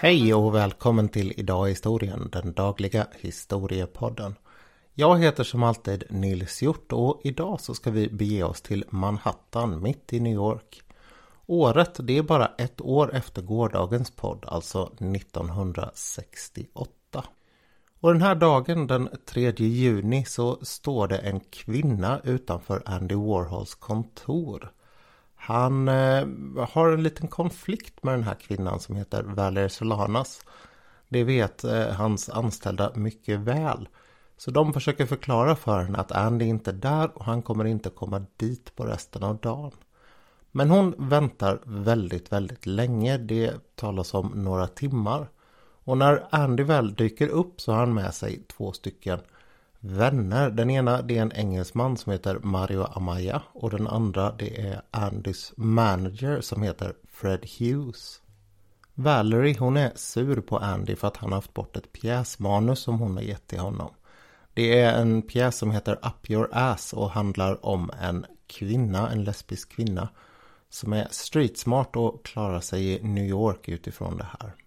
Hej och välkommen till Idag i historien, den dagliga historiepodden. Jag heter som alltid Nils Hjort och idag så ska vi bege oss till Manhattan mitt i New York. Året det är bara ett år efter gårdagens podd, alltså 1968. Och den här dagen, den 3 juni, så står det en kvinna utanför Andy Warhols kontor. Han har en liten konflikt med den här kvinnan som heter Valerie Solanas. Det vet hans anställda mycket väl. Så de försöker förklara för henne att Andy inte är där och han kommer inte komma dit på resten av dagen. Men hon väntar väldigt länge. Det talas om några timmar. Och när Andy väl dyker upp så har han med sig 2 stycken vänner. Den ena det är en engelsman som heter Mario Amaya och den andra det är Andys manager som heter Fred Hughes. Valerie hon är sur på Andy för att han har haft bort ett pjäsmanus som hon har gett till honom. Det är en pjäs som heter Up Your Ass och handlar om en kvinna, en lesbisk kvinna som är street smart och klarar sig i New York utifrån det här.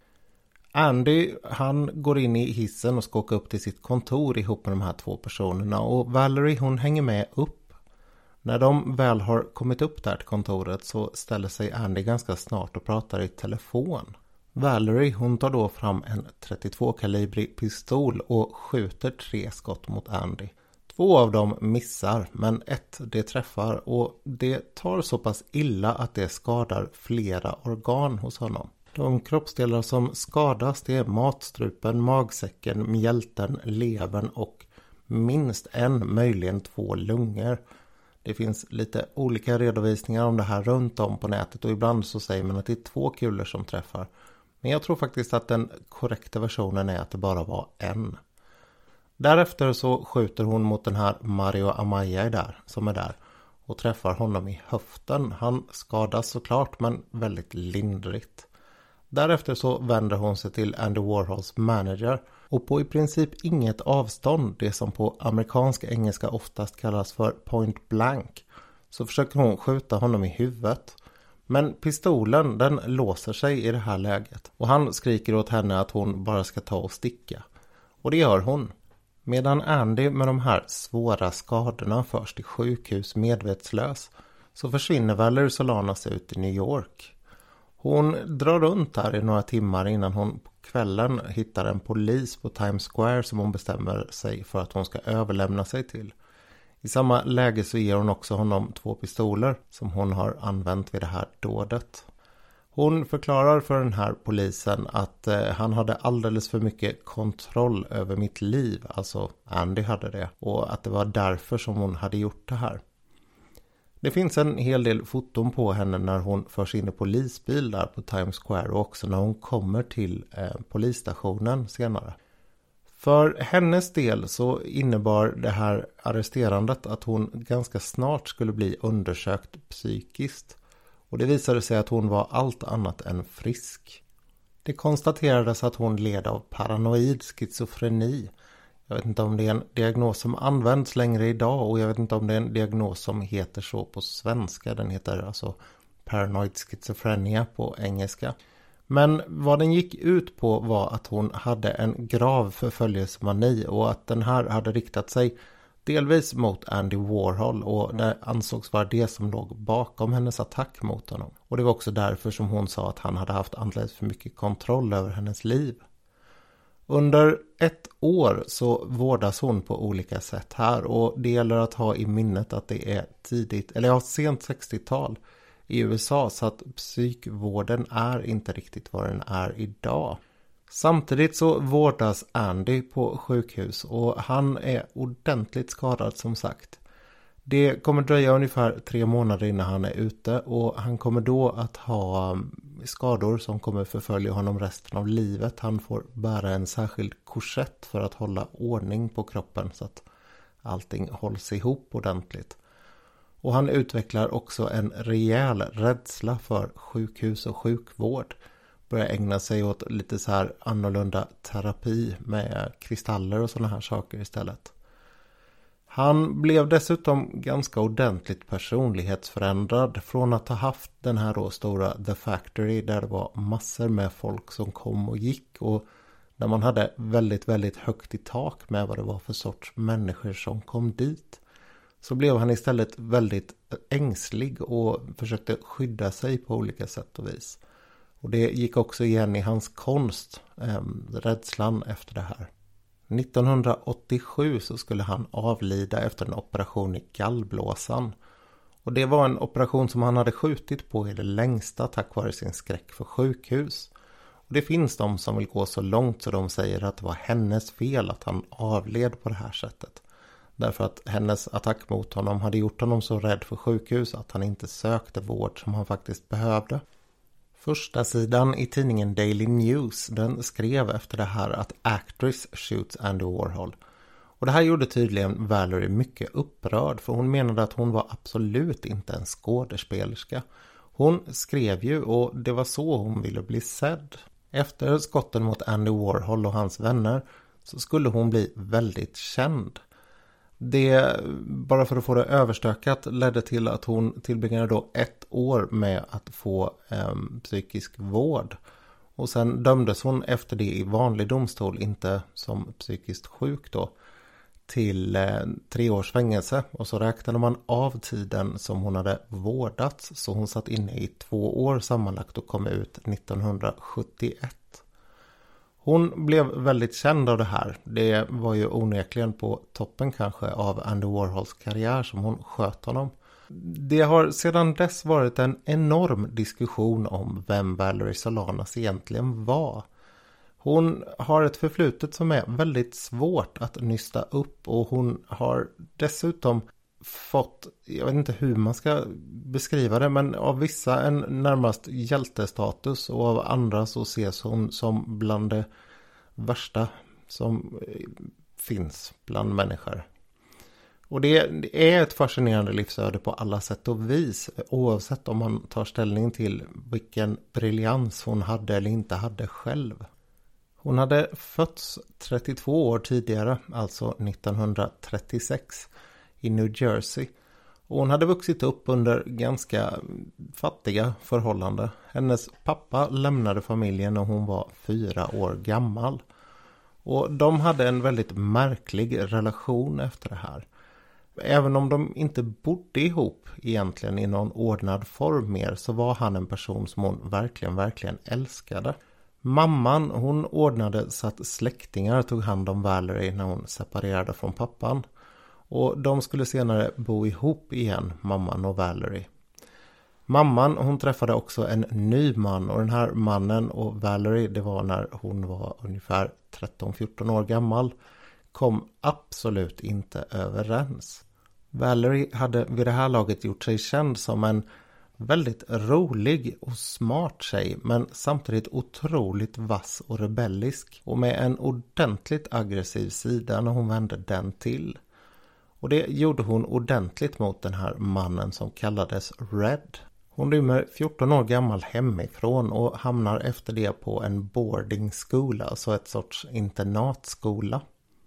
Andy han går in i hissen och ska åka upp till sitt kontor ihop med de här 2 personerna och Valerie hon hänger med upp. När de väl har kommit upp där till kontoret så ställer sig Andy ganska snart och pratar i telefon. Valerie hon tar då fram en 32-kalibrig pistol och skjuter 3 skott mot Andy. 2 av dem missar men 1 det träffar och det tar så pass illa att det skadar flera organ hos honom. De kroppsdelar som skadas det är matstrupen, magsäcken, mjälten, levern och minst 1, möjligen 2 lungor. Det finns lite olika redovisningar om det här runt om på nätet och ibland så säger man att det är 2 kulor som träffar. Men jag tror faktiskt att den korrekta versionen är att det bara var 1. Därefter så skjuter hon mot den här Mario Amaya som är där och träffar honom i höften. Han skadas såklart men väldigt lindrigt. Därefter så vänder hon sig till Andy Warhols manager och på i princip inget avstånd, det som på amerikanska engelska oftast kallas för point blank, så försöker hon skjuta honom i huvudet. Men pistolen den låser sig i det här läget och han skriker åt henne att hon bara ska ta och sticka. Och det gör hon. Medan Andy med de här svåra skadorna förs till sjukhus medvetslös så försvinner Valerie Solanas ut i New York. Hon drar runt här i några timmar innan hon på kvällen hittar en polis på Times Square som hon bestämmer sig för att hon ska överlämna sig till. I samma läge så ger hon också honom 2 pistoler som hon har använt vid det här dådet. Hon förklarar för den här polisen att han hade alldeles för mycket kontroll över mitt liv, alltså Andy hade det, och att det var därför som hon hade gjort det här. Det finns en hel del foton på henne när hon förs in i polisbil där på Times Square och också när hon kommer till polisstationen senare. För hennes del så innebar det här arresterandet att hon ganska snart skulle bli undersökt psykiskt. Och det visade sig att hon var allt annat än frisk. Det konstaterades att hon led av paranoid schizofreni. Jag vet inte om det är en diagnos som används längre idag och jag vet inte om det är en diagnos som heter så på svenska. Den heter alltså paranoid schizophrenia på engelska. Men vad den gick ut på var att hon hade en grav förföljelsemani och att den här hade riktat sig delvis mot Andy Warhol och det ansågs vara det som låg bakom hennes attack mot honom. Och det var också därför som hon sa att han hade haft alldeles för mycket kontroll över hennes liv. Under 1 år så vårdas hon på olika sätt här och det gäller att ha i minnet att det är sent 60-tal i USA så att psykvården är inte riktigt vad den är idag. Samtidigt så vårdas Andy på sjukhus och han är ordentligt skadad som sagt. Det kommer dröja ungefär 3 månader innan han är ute och han kommer då att ha skador som kommer förfölja honom resten av livet. Han får bära en särskild korsett för att hålla ordning på kroppen så att allting hålls ihop ordentligt. Och han utvecklar också en rejäl rädsla för sjukhus och sjukvård. Börjar ägna sig åt lite så här annorlunda terapi med kristaller och sådana här saker istället. Han blev dessutom ganska ordentligt personlighetsförändrad från att ha haft den här då stora The Factory där det var massor med folk som kom och gick och där man hade väldigt, väldigt högt i tak med vad det var för sorts människor som kom dit. Så blev han istället väldigt ängslig och försökte skydda sig på olika sätt och vis. Och det gick också igen i hans konst, rädslan efter det här. 1987 så skulle han avlida efter en operation i gallblåsan. Och det var en operation som han hade skjutit på i det längsta tack vare sin skräck för sjukhus. Och det finns de som vill gå så långt så de säger att det var hennes fel att han avled på det här sättet. Därför att hennes attack mot honom hade gjort honom så rädd för sjukhus att han inte sökte vård som han faktiskt behövde. Första sidan i tidningen Daily News, den skrev efter det här att actress shoots Andy Warhol. Och det här gjorde tydligen Valerie mycket upprörd, för hon menade att hon var absolut inte en skådespelerska. Hon skrev ju och det var så hon ville bli sedd. Efter skotten mot Andy Warhol och hans vänner så skulle hon bli väldigt känd. Det, bara för att få det överstökat, ledde till att hon tillbringade då 1 år med att få psykisk vård. Och sen dömdes hon efter det i vanlig domstol, inte som psykiskt sjuk då, till 3 års fängelse. Och så räknade man av tiden som hon hade vårdats, så hon satt inne i 2 år sammanlagt och kom ut 1971. Hon blev väldigt känd av det här. Det var ju onekligen på toppen kanske av Andy Warhols karriär som hon sköt honom. Det har sedan dess varit en enorm diskussion om vem Valerie Solanas egentligen var. Hon har ett förflutet som är väldigt svårt att nysta upp och hon har dessutom fått, jag vet inte hur man ska beskriva det, men av vissa en närmast hjältestatus och av andra så ses hon som bland det värsta som finns bland människor. Och det är ett fascinerande livsöde på alla sätt och vis, oavsett om man tar ställning till vilken briljans hon hade eller inte hade själv. Hon hade fötts 32 år tidigare, alltså 1936, i New Jersey. Och hon hade vuxit upp under ganska fattiga förhållanden. Hennes pappa lämnade familjen när hon var 4 år gammal. Och de hade en väldigt märklig relation efter det här. Även om de inte bodde ihop egentligen i någon ordnad form mer, så var han en person som hon verkligen älskade. Mamman, hon ordnade så att släktingar tog hand om Valerie när hon separerade från pappan. Och de skulle senare bo ihop igen, mamman och Valerie. Mamman, hon träffade också en ny man, och den här mannen och Valerie, det var när hon var ungefär 13-14 år gammal, kom absolut inte överens. Valerie hade vid det här laget gjort sig känd som en väldigt rolig och smart tjej, men samtidigt otroligt vass och rebellisk och med en ordentligt aggressiv sida när hon vände den till. Och det gjorde hon ordentligt mot den här mannen som kallades Red. Hon rymmer 14 år gammal hemifrån och hamnar efter det på en boarding school, alltså ett sorts internatskola.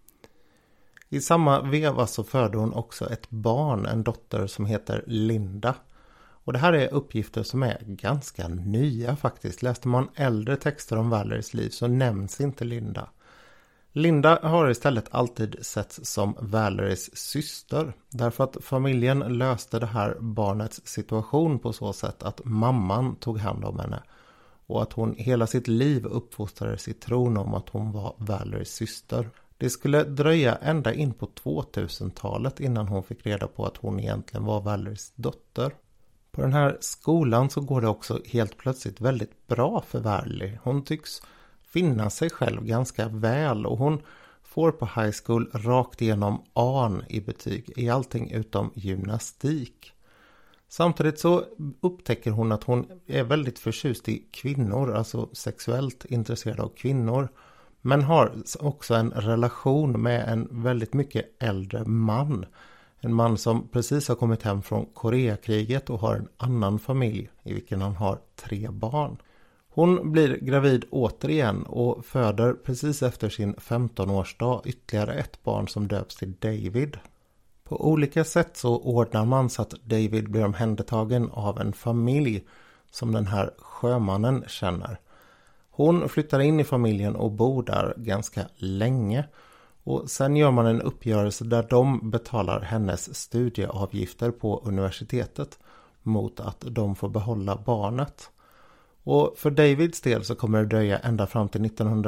I samma veva så födde hon också ett barn, en dotter som heter Linda. Och det här är uppgifter som är ganska nya faktiskt. Läste man äldre texter om Valeries liv så nämns inte Linda. Linda har istället alltid setts som Valeries syster, därför att familjen löste det här barnets situation på så sätt att mamman tog hand om henne och att hon hela sitt liv uppfostrades i tron om att hon var Valeries syster. Det skulle dröja ända in på 2000-talet innan hon fick reda på att hon egentligen var Valeries dotter. På den här skolan så går det också helt plötsligt väldigt bra för Valerie. Hon tycks finna sig själv ganska väl och hon får på high school rakt igenom A'n i betyg i allting utom gymnastik. Samtidigt så upptäcker hon att hon är väldigt förtjust i kvinnor, alltså sexuellt intresserad av kvinnor, men har också en relation med en väldigt mycket äldre man. En man som precis har kommit hem från Koreakriget och har en annan familj i vilken han har 3 barn. Hon blir gravid återigen och föder precis efter sin 15-årsdag ytterligare ett barn som döps till David. På olika sätt så ordnar man så att David blir omhändertagen av en familj som den här sjömannen känner. Hon flyttar in i familjen och bor där ganska länge. Och sen gör man en uppgörelse där de betalar hennes studieavgifter på universitetet mot att de får behålla barnet. Och för Davids del så kommer det dröja ända fram till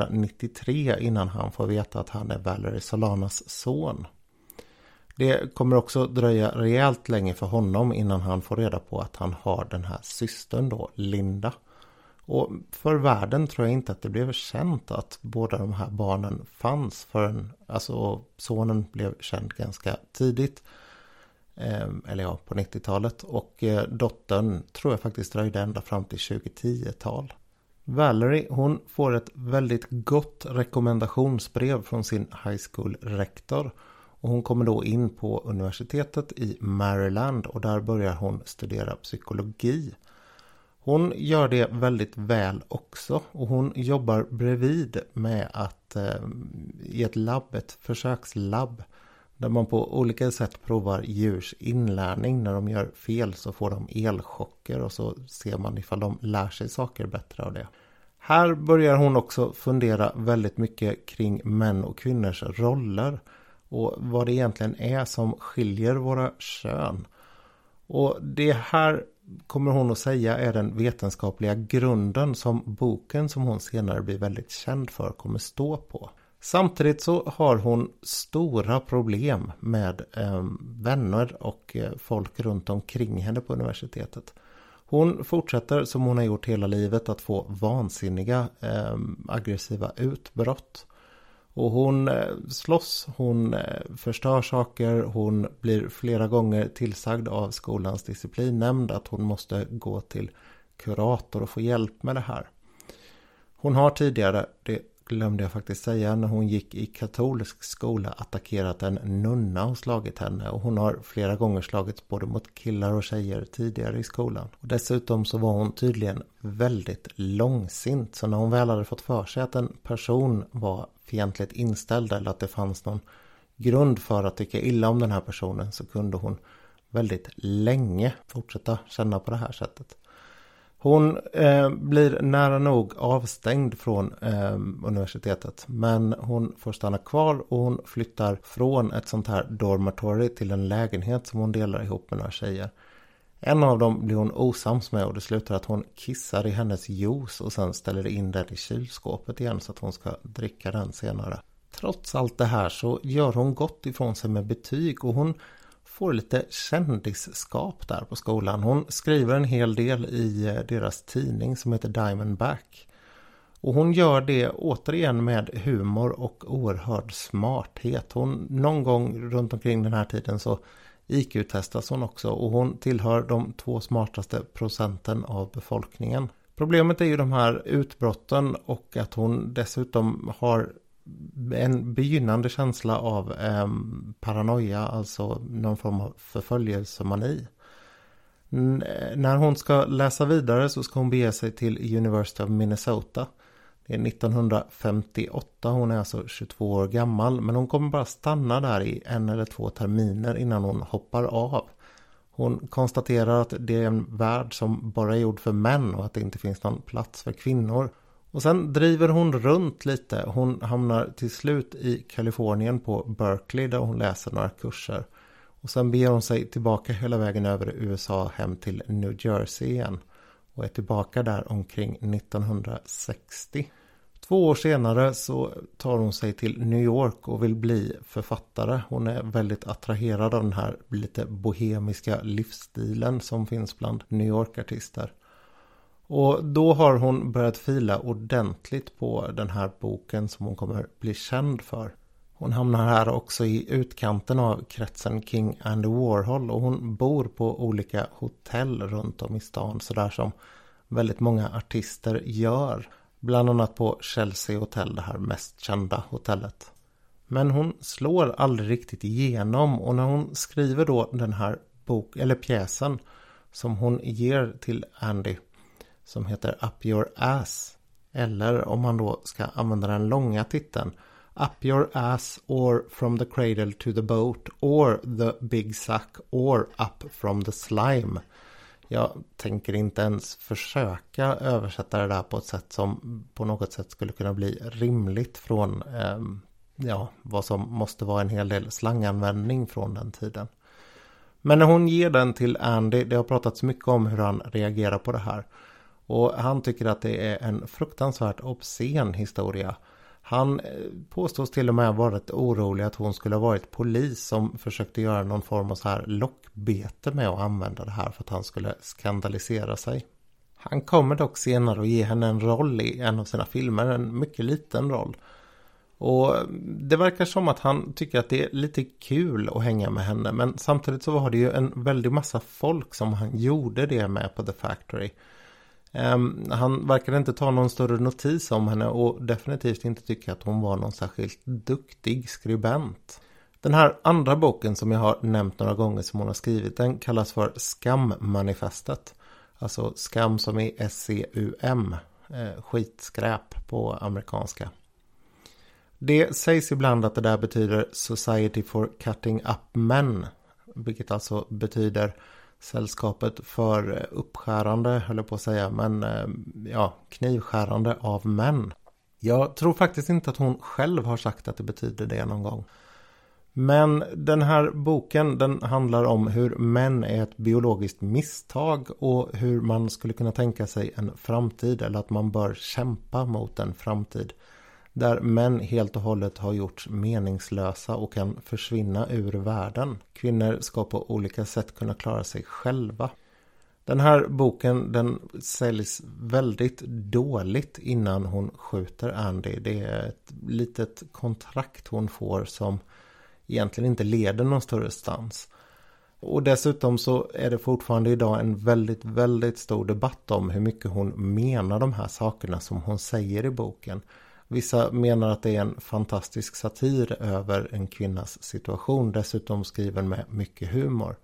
1993 innan han får veta att han är Valerie Solanas son. Det kommer också dröja rejält länge för honom innan han får reda på att han har den här systern då, Linda. Och för världen tror jag inte att det blev känt att båda de här barnen fanns förrän, alltså sonen blev känd ganska tidigt. Eller ja, på 90-talet. Och dottern tror jag faktiskt dröjde ända fram till 2010-tal. Valerie, hon får ett väldigt gott rekommendationsbrev från sin high school-rektor. Och hon kommer då in på universitetet i Maryland och där börjar hon studera psykologi. Hon gör det väldigt väl också och hon jobbar bredvid med att i ett labb, ett försökslabb där man på olika sätt provar djurs inlärning. När de gör fel så får de elchocker och så ser man ifall de lär sig saker bättre av det. Här börjar hon också fundera väldigt mycket kring män och kvinnors roller och vad det egentligen är som skiljer våra kön. Och det här kommer hon att säga är den vetenskapliga grunden som boken som hon senare blir väldigt känd för kommer stå på. Samtidigt så har hon stora problem med vänner och folk runt omkring henne på universitetet. Hon fortsätter som hon har gjort hela livet att få vansinniga aggressiva utbrott. Och hon slåss, hon förstör saker, hon blir flera gånger tillsagd av skolans disciplinnämnd att hon måste gå till kurator och få hjälp med det här. Hon har tidigare, det glömde jag faktiskt säga, när hon gick i katolisk skola attackerat en nunna och slagit henne. Och hon har flera gånger slagits både mot killar och tjejer tidigare i skolan. Och dessutom så var hon tydligen väldigt långsint. Så när hon väl hade fått för sig att en person var fientligt inställd eller att det fanns någon grund för att tycka illa om den här personen så kunde hon väldigt länge fortsätta känna på det här sättet. Hon blir nära nog avstängd från universitetet men hon får stanna kvar och hon flyttar från ett sånt här dormitory till en lägenhet som hon delar ihop med några tjejer. En av dem blir hon osams med och det slutar att hon kissar i hennes juice och sen ställer in den i kylskåpet igen så att hon ska dricka den senare. Trots allt det här så gör hon gott ifrån sig med betyg och hon får lite kändisskap där på skolan. Hon skriver en hel del i deras tidning som heter Diamondback. Och hon gör det återigen med humor och oerhörd smarthet. Någon gång runt omkring den här tiden så IQ-testas hon också och hon tillhör de 2 smartaste procenten av befolkningen. Problemet är ju de här utbrotten och att hon dessutom har en begynnande känsla av paranoia, alltså någon form av förföljelsemani. När hon ska läsa vidare så ska hon bege sig till University of Minnesota. Det är 1958, hon är alltså 22 år gammal men hon kommer bara stanna där i 1 eller 2 terminer innan hon hoppar av. Hon konstaterar att det är en värld som bara är gjord för män och att det inte finns någon plats för kvinnor. Och sen driver hon runt lite. Hon hamnar till slut i Kalifornien på Berkeley där hon läser några kurser. Och sen beger hon sig tillbaka hela vägen över USA hem till New Jersey igen. Och är tillbaka där omkring 1960. 2 år senare så tar hon sig till New York och vill bli författare. Hon är väldigt attraherad av den här lite bohemiska livsstilen som finns bland New York-artister. Och då har hon börjat fila ordentligt på den här boken som hon kommer bli känd för. Hon hamnar här också i utkanten av kretsen kring Andy Warhol och hon bor på olika hotell runt om i stan sådär som väldigt många artister gör. Bland annat på Chelsea Hotel, det här mest kända hotellet. Men hon slår aldrig riktigt igenom och när hon skriver då den här pjäsen som hon ger till Andy som heter Up Your Ass, eller om man då ska använda den långa titeln Up your ass or from the cradle to the boat or the big sack or up from the slime. Jag tänker inte ens försöka översätta det där på ett sätt som på något sätt skulle kunna bli rimligt från vad som måste vara en hel del slanganvändning från den tiden. Men när hon ger den till Andy, det har pratat så mycket om hur han reagerar på det här. Och han tycker att det är en fruktansvärt obscen historia. Han påstås till och med varit orolig att hon skulle ha varit polis som försökte göra någon form av så här lockbete med att använda det här för att han skulle skandalisera sig. Han kommer dock senare att ge henne en roll i en av sina filmer, en mycket liten roll. Och det verkar som att han tycker att det är lite kul att hänga med henne, men samtidigt så var det ju en väldig massa folk som han gjorde det med på The Factory. Han verkade inte ta någon större notis om henne och definitivt inte tycka att hon var någon särskilt duktig skribent. Den här andra boken som jag har nämnt några gånger som hon har skrivit, den kallas för Skammanifestet. Alltså skam som är SCUM, skitskräp på amerikanska. Det sägs ibland att det där betyder Society for Cutting Up Men, vilket alltså betyder sällskapet för uppskärande, höll jag på att säga, men knivskärande av män. Jag tror faktiskt inte att hon själv har sagt att det betyder det någon gång. Men den här boken, den handlar om hur män är ett biologiskt misstag och hur man skulle kunna tänka sig en framtid, eller att man bör kämpa mot en framtid där män helt och hållet har gjorts meningslösa och kan försvinna ur världen. Kvinnor ska på olika sätt kunna klara sig själva. Den här boken, den säljs väldigt dåligt innan hon skjuter Andy. Det är ett litet kontrakt hon får som egentligen inte leder någon större stans. Och dessutom så är det fortfarande idag en väldigt, väldigt stor debatt om hur mycket hon menar de här sakerna som hon säger i boken. Vissa menar att det är en fantastisk satir över en kvinnas situation, dessutom skriven med mycket humor.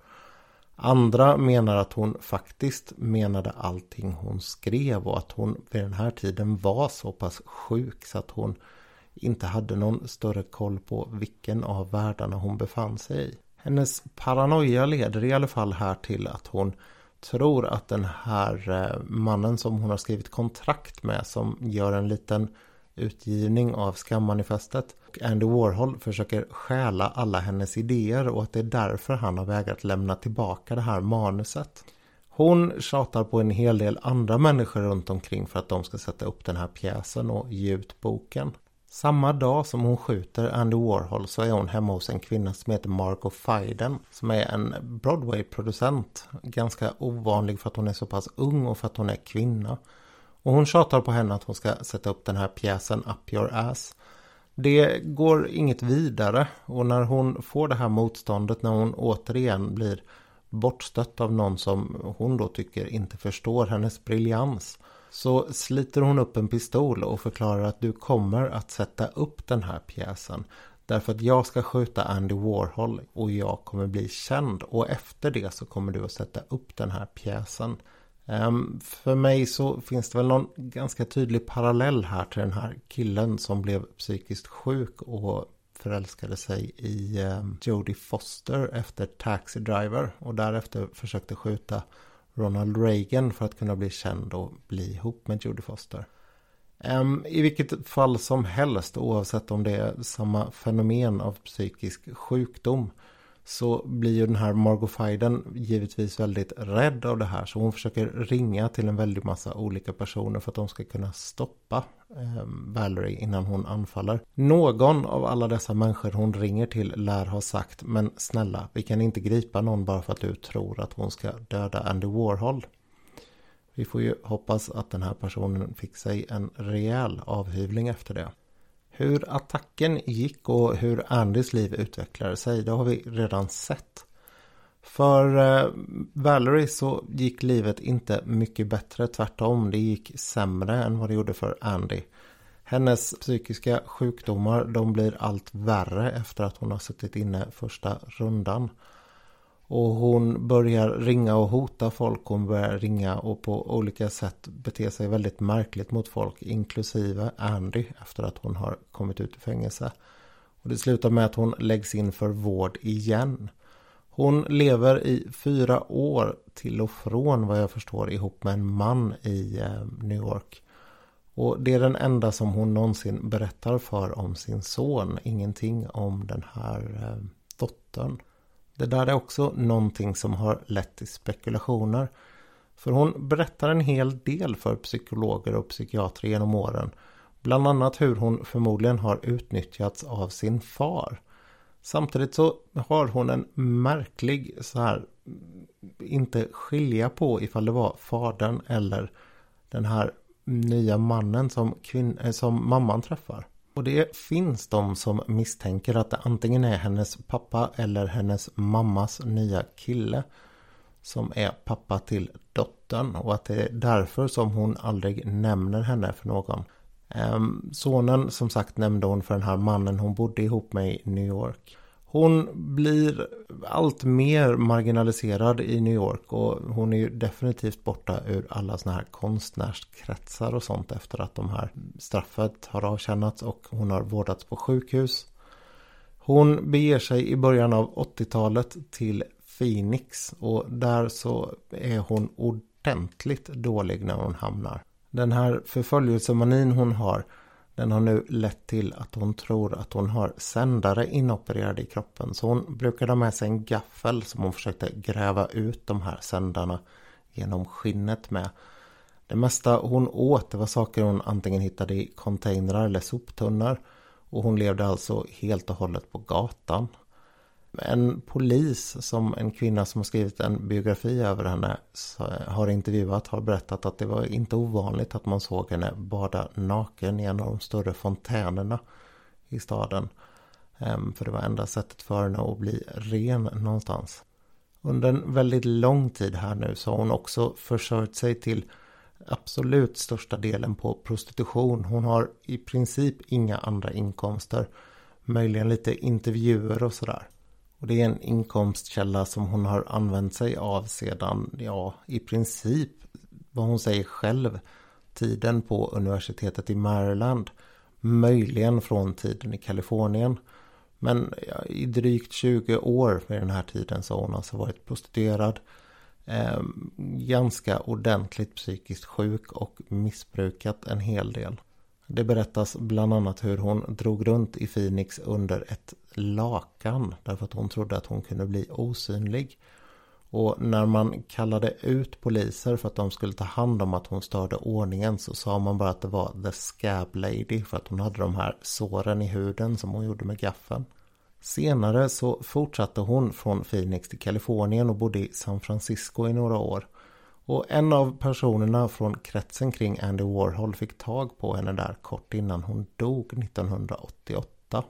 Andra menar att hon faktiskt menade allting hon skrev och att hon vid den här tiden var så pass sjuk så att hon inte hade någon större koll på vilken av världarna hon befann sig i. Hennes paranoia leder i alla fall här till att hon tror att den här mannen som hon har skrivit kontrakt med, som gör en liten utgivning av Skammanifestet, och Andy Warhol försöker stjäla alla hennes idéer och att det är därför han har vägrat lämna tillbaka det här manuset. Hon tjatar på en hel del andra människor runt omkring för att de ska sätta upp den här pjäsen och ge ut boken. Samma dag som hon skjuter Andy Warhol så är hon hemma hos en kvinna som heter Margot Fyden, som är en Broadway-producent. Ganska ovanlig för att hon är så pass ung och för att hon är kvinna. Och hon tjatar på henne att hon ska sätta upp den här pjäsen Up Your Ass. Det går inget vidare, och när hon får det här motståndet, när hon återigen blir bortstött av någon som hon då tycker inte förstår hennes briljans, så sliter hon upp en pistol och förklarar att du kommer att sätta upp den här pjäsen. Därför att jag ska skjuta Andy Warhol och jag kommer bli känd, och efter det så kommer du att sätta upp den här pjäsen. För mig så finns det väl någon ganska tydlig parallell här till den här killen som blev psykiskt sjuk och förälskade sig i Jodie Foster efter Taxi Driver, och därefter försökte skjuta Ronald Reagan för att kunna bli känd och bli ihop med Jodie Foster. I vilket fall som helst, oavsett om det är samma fenomen av psykisk sjukdom, så blir ju den här Margot Fyden givetvis väldigt rädd av det här. Så hon försöker ringa till en väldigt massa olika personer för att de ska kunna stoppa Valerie innan hon anfaller. Någon av alla dessa människor hon ringer till lär ha sagt: men snälla, vi kan inte gripa någon bara för att du tror att hon ska döda Andy Warhol. Vi får ju hoppas att den här personen fick sig en rejäl avhyvling efter det. Hur attacken gick och hur Andys liv utvecklade sig, det har vi redan sett. För Valerie så gick livet inte mycket bättre, tvärtom. Det gick sämre än vad det gjorde för Andy. Hennes psykiska sjukdomar, de blir allt värre efter att hon har suttit inne första rundan. Och hon börjar ringa och hota folk. Hon börjar ringa och på olika sätt bete sig väldigt märkligt mot folk. Inklusive Andy efter att hon har kommit ut i fängelse. Och det slutar med att hon läggs in för vård igen. Hon lever i 4 år till och från vad jag förstår ihop med en man i New York. Och det är den enda som hon någonsin berättar för om sin son. Ingenting om den här dottern. Det där är också någonting som har lett till spekulationer. För hon berättar en hel del för psykologer och psykiatrer genom åren. Bland annat hur hon förmodligen har utnyttjats av sin far. Samtidigt så har hon en märklig så här, inte skilja på ifall det var fadern eller den här nya mannen som mamman träffar. Och det finns de som misstänker att det antingen är hennes pappa eller hennes mammas nya kille som är pappa till dottern. Och att det är därför som hon aldrig nämner henne för någon. Sonen som sagt nämnde hon för den här mannen hon bodde ihop med i New York. Hon blir allt mer marginaliserad i New York och hon är ju definitivt borta ur alla såna här konstnärskretsar och sånt efter att de här straffet har avtjänats och hon har vårdats på sjukhus. Hon beger sig i början av 80-talet till Phoenix och där så är hon ordentligt dålig när hon hamnar. Den här förföljelsemanin hon har, den har nu lett till att hon tror att hon har sändare inopererade i kroppen. Så hon brukade ha med sig en gaffel som hon försökte gräva ut de här sändarna genom skinnet med. Det mesta hon åt det var saker hon antingen hittade i containrar eller soptunnor. Och hon levde alltså helt och hållet på gatan. En polis, som en kvinna som har skrivit en biografi över henne har intervjuat, har berättat att det var inte ovanligt att man såg henne bada naken i en av de större fontänerna i staden. För det var enda sättet för henne att bli ren någonstans. Under en väldigt lång tid här nu så har hon också försörjt sig till absolut största delen på prostitution. Hon har i princip inga andra inkomster. Möjligen lite intervjuer och sådär. Och det är en inkomstkälla som hon har använt sig av sedan, i princip vad hon säger själv, tiden på universitetet i Maryland. Möjligen från tiden i Kalifornien. Men i drygt 20 år vid den här tiden så har hon alltså varit prostituerad. Ganska ordentligt psykiskt sjuk och missbrukat en hel del. Det berättas bland annat hur hon drog runt i Phoenix under ett lakan därför att hon trodde att hon kunde bli osynlig. Och när man kallade ut poliser för att de skulle ta hand om att hon störde ordningen så sa man bara att det var the scab lady för att hon hade de här såren i huden som hon gjorde med gaffeln. Senare så fortsatte hon från Phoenix till Kalifornien och bodde i San Francisco i några år. Och en av personerna från kretsen kring Andy Warhol fick tag på henne där kort innan hon dog 1988.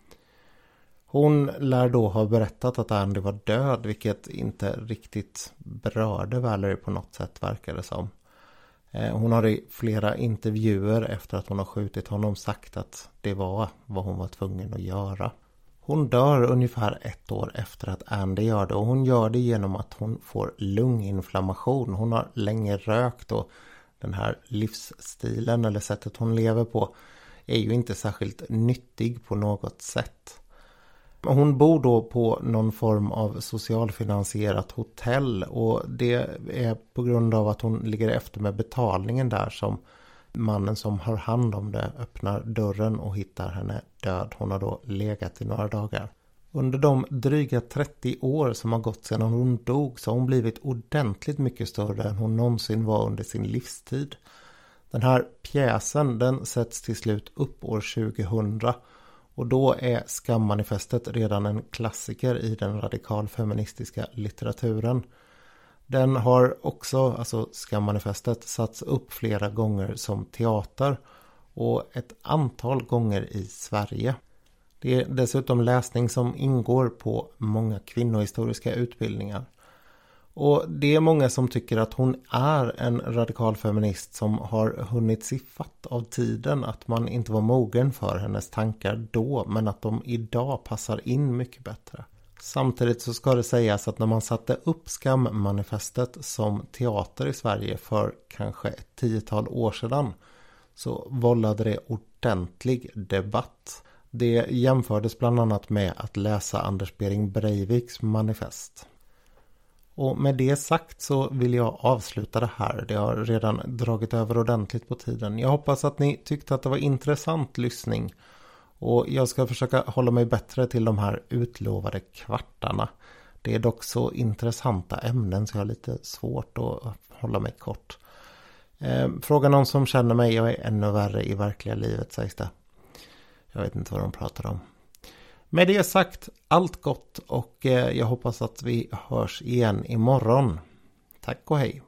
Hon lär då ha berättat att Andy var död, vilket inte riktigt berörde Valerie på något sätt, verkar det som. Hon har i flera intervjuer efter att hon har skjutit honom sagt att det var vad hon var tvungen att göra. Hon dör ungefär 1 år efter att Andy gör det och hon gör det genom att hon får lunginflammation. Hon har länge rökt och den här livsstilen eller sättet hon lever på är ju inte särskilt nyttig på något sätt. Hon bor då på någon form av socialfinansierat hotell och det är på grund av att hon ligger efter med betalningen där som mannen som har hand om det öppnar dörren och hittar henne död. Hon har då legat i några dagar. Under de dryga 30 år som har gått sedan hon dog så har hon blivit ordentligt mycket större än hon någonsin var under sin livstid. Den här pjäsen den sätts till slut upp år 2000 och då är skammanifestet redan en klassiker i den radikalfeministiska litteraturen. Den har också, alltså skammanifestet, satts upp flera gånger som teater och ett antal gånger i Sverige. Det är dessutom läsning som ingår på många kvinnohistoriska utbildningar. Och det är många som tycker att hon är en radikal feminist som har hunnit siffat av tiden, att man inte var mogen för hennes tankar då men att de idag passar in mycket bättre. Samtidigt så ska det sägas att när man satte upp Skammanifestet som teater i Sverige för kanske ett 10-tal år sedan så vållade det ordentlig debatt. Det jämfördes bland annat med att läsa Anders Behring Breiviks manifest. Och med det sagt så vill jag avsluta det här. Det har redan dragit över ordentligt på tiden. Jag hoppas att ni tyckte att det var intressant lyssning. Och jag ska försöka hålla mig bättre till de här utlovade kvartarna. Det är dock så intressanta ämnen så jag har lite svårt att hålla mig kort. Fråga någon som känner mig, jag är ännu värre i verkliga livet sägs det. Jag vet inte vad de pratar om. Med det sagt, allt gott och jag hoppas att vi hörs igen imorgon. Tack och hej.